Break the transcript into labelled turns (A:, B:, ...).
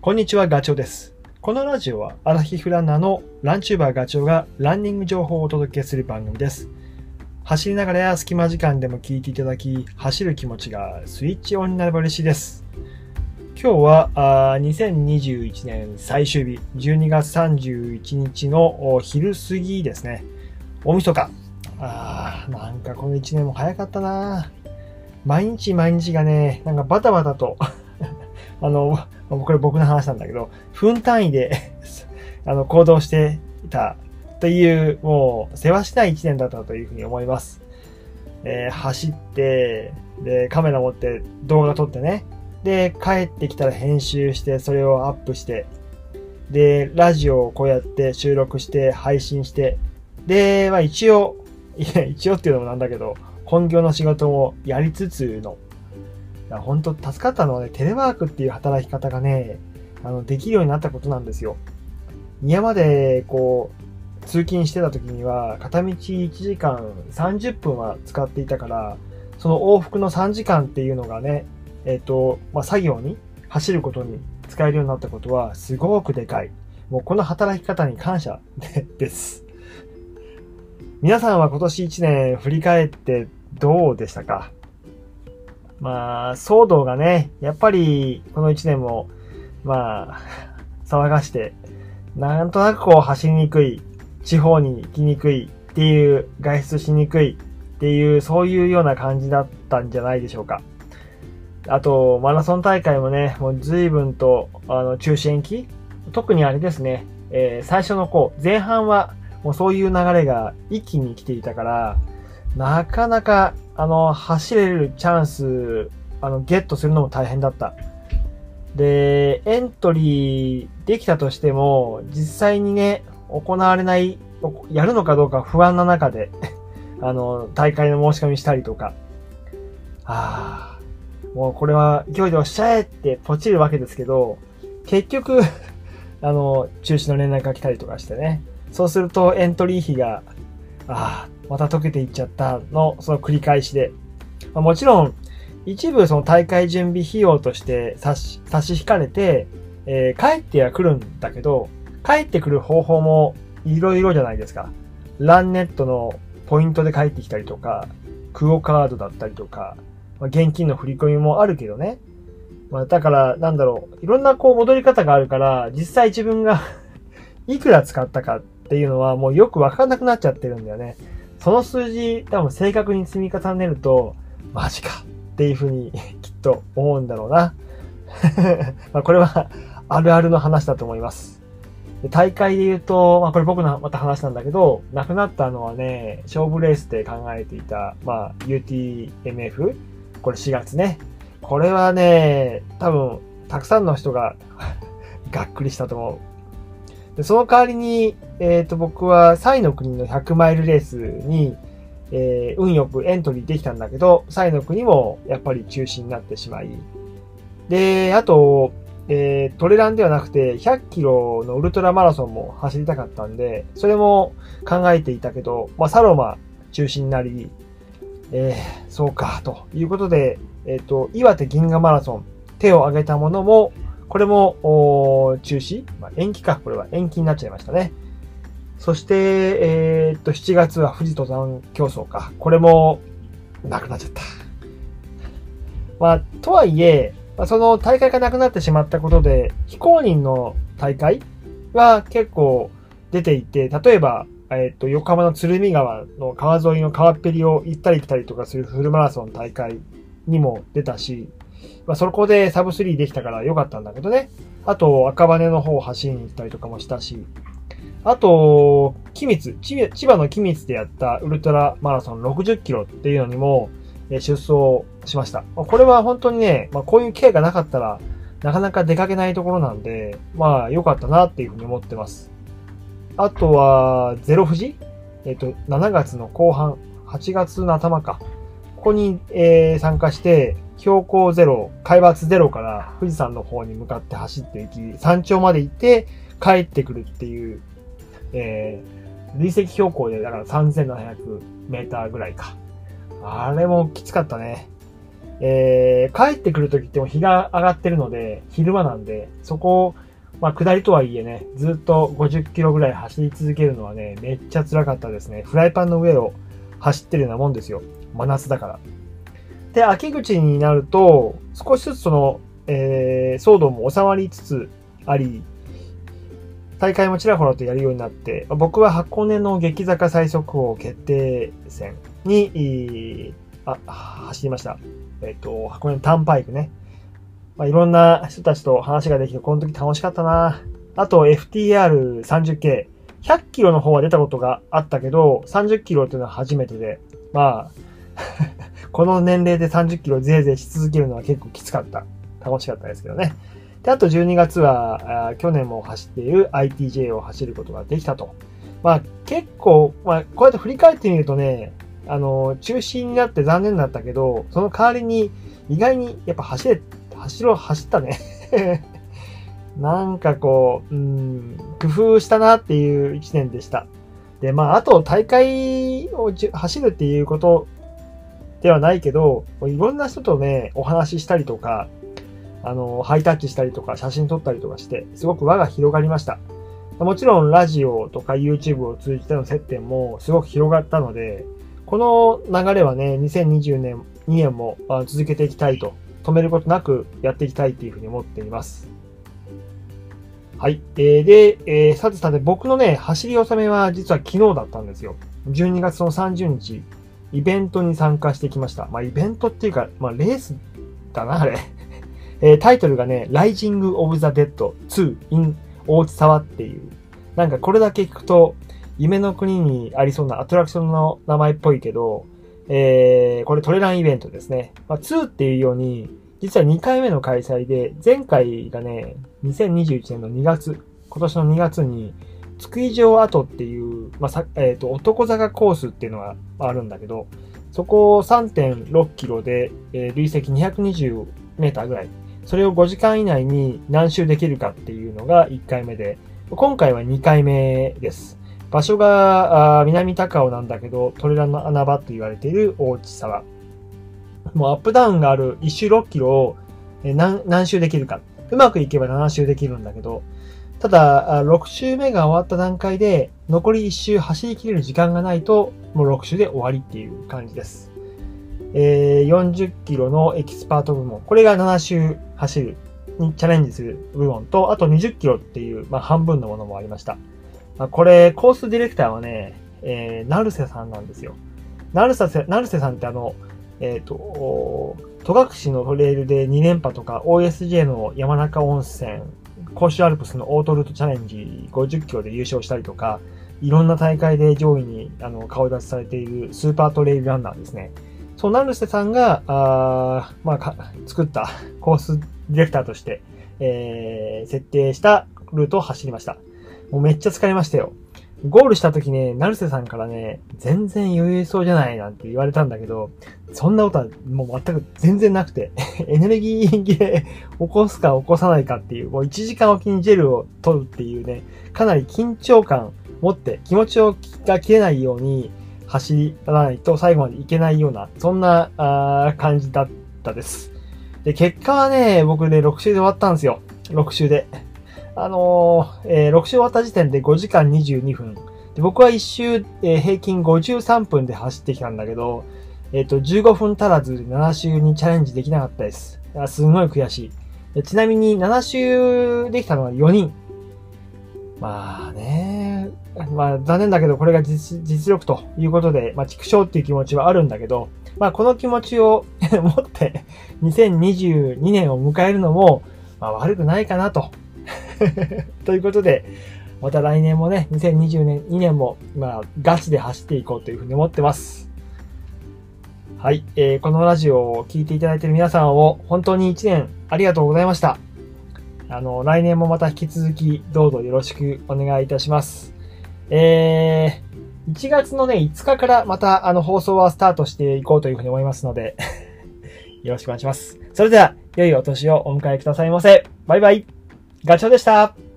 A: こんにちは、ガチョウです。このラジオはアラヒフランナーのランチューバーガチョウがランニング情報をお届けする番組です。走りながらや隙間時間でも聞いていただき、走る気持ちがスイッチオンになれば嬉しいです。今日は2021年最終日、12月31日の昼過ぎですね。大晦日。なんかこの1年も早かったな。毎日毎日がね、なんかバタバタとこれ僕の話なんだけど、分単位で行動していたという、もう、世話しない一年だったというふうに思います。走って、で、カメラ持って動画撮ってね。で、帰ってきたら編集して、それをアップして、で、ラジオをこうやって収録して、配信して、で、一応っていうのもなんだけど、本業の仕事もやりつつの、本当助かったのはね、テレワークっていう働き方がね、できるようになったことなんですよ。今まで、通勤してた時には、片道1時間30分は使っていたから、その往復の3時間っていうのがね、作業に、走ることに使えるようになったことは、すごくでかい。もうこの働き方に感謝です。皆さんは今年1年振り返ってどうでしたか？騒動がね、やっぱりこの1年も、騒がして、なんとなく走りにくい、地方に行きにくいっていう、外出しにくいっていう、そういうような感じだったんじゃないでしょうか。あと、マラソン大会もね、もう随分と、中止延期？特にあれですね、最初の前半は、もうそういう流れが一気に来ていたから、なかなか、走れるチャンス、ゲットするのも大変だった。で、エントリーできたとしても、実際にね、行われない、やるのかどうか不安な中で、大会の申し込みしたりとか、もうこれは勢いで押しちゃえってポチるわけですけど、結局、中止の連絡が来たりとかしてね、そうするとエントリー費が、また溶けていっちゃったの、その繰り返しで。もちろん、一部その大会準備費用として差し引かれて、帰っては来るんだけど、帰ってくる方法もいろいろじゃないですか。ランネットのポイントで帰ってきたりとか、クオカードだったりとか、現金の振り込みもあるけどね。だから、いろんな戻り方があるから、実際自分がいくら使ったかっていうのはもうよくわかんなくなっちゃってるんだよね。その数字多分正確に積み重ねると、マジかっていうふうにきっと思うんだろうな。これはあるあるの話だと思います。大会で言うと、これ僕のまた話なんだけど、亡くなったのはね、勝負レースで考えていた、UTMF？ これ4月ね。これはね、多分、たくさんの人ががっくりしたと思う。でその代わりに、僕はサイの国の100マイルレースに、運よくエントリーできたんだけど、サイの国もやっぱり中止になってしまい。で、あと、トレランではなくて100キロのウルトラマラソンも走りたかったんで、それも考えていたけど、サロマ中止になり、そうか、ということで、岩手銀河マラソン、手を挙げたものも、これも中止、延期か。これは延期になっちゃいましたね。そして、7月は富士登山競争か。これもなくなっちゃった。とはいえ、その大会がなくなってしまったことで、非公認の大会は結構出ていて、例えば、横浜の鶴見川の川沿いの川っぺりを行ったり来たりとかするフルマラソン大会にも出たし、そこでサブ3できたから良かったんだけどね。あと、赤羽の方を走りに行ったりとかもしたし。あと、千葉の君津でやったウルトラマラソン60キロっていうのにも出走しました。これは本当にね、こういう経緯がなかったら、なかなか出かけないところなんで、良かったなっていうふうに思ってます。あとは、ゼロ富士7月の後半、8月の頭か。ここに、参加して、標高0、海抜0から富士山の方に向かって走っていき、山頂まで行って帰ってくるっていう、累積標高でだから3700メーターぐらいか。あれもきつかったね。 帰ってくるときっても日が上がってるので、昼間なんで、そこを、まあ、下りとはいえね、ずっと50キロぐらい走り続けるのはね、めっちゃ辛かったですね。フライパンの上を走ってるようなもんですよ。真夏だから。で、秋口になると、少しずつその、騒動も収まりつつあり、大会もちらほらとやるようになって、僕は箱根の激坂最速王決定戦に、走りました。箱根のターンパイクね。まあ、いろんな人たちと話ができて、この時楽しかったな。あと、FTR30K。100キロの方は出たことがあったけど、30キロっていうのは初めてで、まあ、この年齢で30キロぜいぜいし続けるのは結構きつかった。楽しかったですけどね。で、あと12月は、去年も走っている ITJ を走ることができたと。まあ、結構、まあ、こうやって振り返ってみるとね、中止になって残念だったけど、その代わりに意外にやっぱ走ったね。なんかこう、工夫したなっていう一年でした。で、まあ、あと大会を走るっていうことではないけど、いろんな人とね、お話ししたりとか、ハイタッチしたりとか、写真撮ったりとかして、すごく輪が広がりました。もちろんラジオとか YouTube を通じての接点もすごく広がったので、この流れはね、2022年も続けていきたいと、止めることなくやっていきたいというふうに思っています。はい。さて、僕のね、走り納めは実は昨日だったんですよ。12月の30日、イベントに参加してきました。まあ、イベントっていうか、まあ、レースだな、あれ。タイトルがね、Rising of the Dead 2 in 大津沢っていう。なんかこれだけ聞くと、夢の国にありそうなアトラクションの名前っぽいけど、これトレランイベントですね。まあ、2っていうように、実は2回目の開催で、前回がね、2021年の2月、今年の2月に、津久井城跡っていう、まあ、男坂コースっていうのがあるんだけど、そこを 3.6 キロで、累積220メーターぐらい。それを5時間以内に何周できるかっていうのが1回目で、今回は2回目です。場所が南高尾なんだけど、トレランの穴場と言われている大津沢。もうアップダウンがある1周6キロを何周できるか。うまくいけば7周できるんだけど、ただ、6周目が終わった段階で、残り1周走り切れる時間がないと、もう6周で終わりっていう感じです。40キロのエキスパート部門。これが7周走るにチャレンジする部門と、あと20キロっていう、まあ、半分のものもありました。これ、コースディレクターはね、成瀬さんなんですよ。成瀬さんって戸隠のトレイルで2連覇とか、OSJ の山中温泉、甲州アルプスのオートルートチャレンジ50キロで優勝したりとか、いろんな大会で上位に顔出しされているスーパートレイルランナーですね。そう、成瀬さんが、作ったコースディレクターとして、設定したルートを走りました。もうめっちゃ疲れましたよ。ゴールした時ね、成瀬さんからね、全然余裕そうじゃないなんて言われたんだけど、そんなことはもう全く全然なくて、エネルギー切れ起こすか起こさないかっていう、もう1時間おきにジェルを取るっていうね、かなり緊張感持って気持ちが切れないように走らないと最後までいけないような、そんな感じだったです。で、結果はね、僕ね、6周で終わったんですよ。6周で。6周終わった時点で5時間22分。で僕は1周、平均53分で走ってきたんだけど、15分足らずで7周にチャレンジできなかったです。すごい悔しい。ちなみに7周できたのは4人。まあね、まあ残念だけどこれが実力ということで、まあ畜生っていう気持ちはあるんだけど、まあこの気持ちを持って2022年を迎えるのも、まあ悪くないかなと。ということで、また来年もね、2022年も、まあ、ガチで走っていこうというふうに思ってます。はい、このラジオを聞いていただいている皆さんを本当に1年ありがとうございました。来年もまた引き続きどうぞよろしくお願いいたします。1月のね、5日からまた放送はスタートしていこうというふうに思いますので、よろしくお願いします。それでは、良いお年をお迎えくださいませ。バイバイ。ガチョウでした。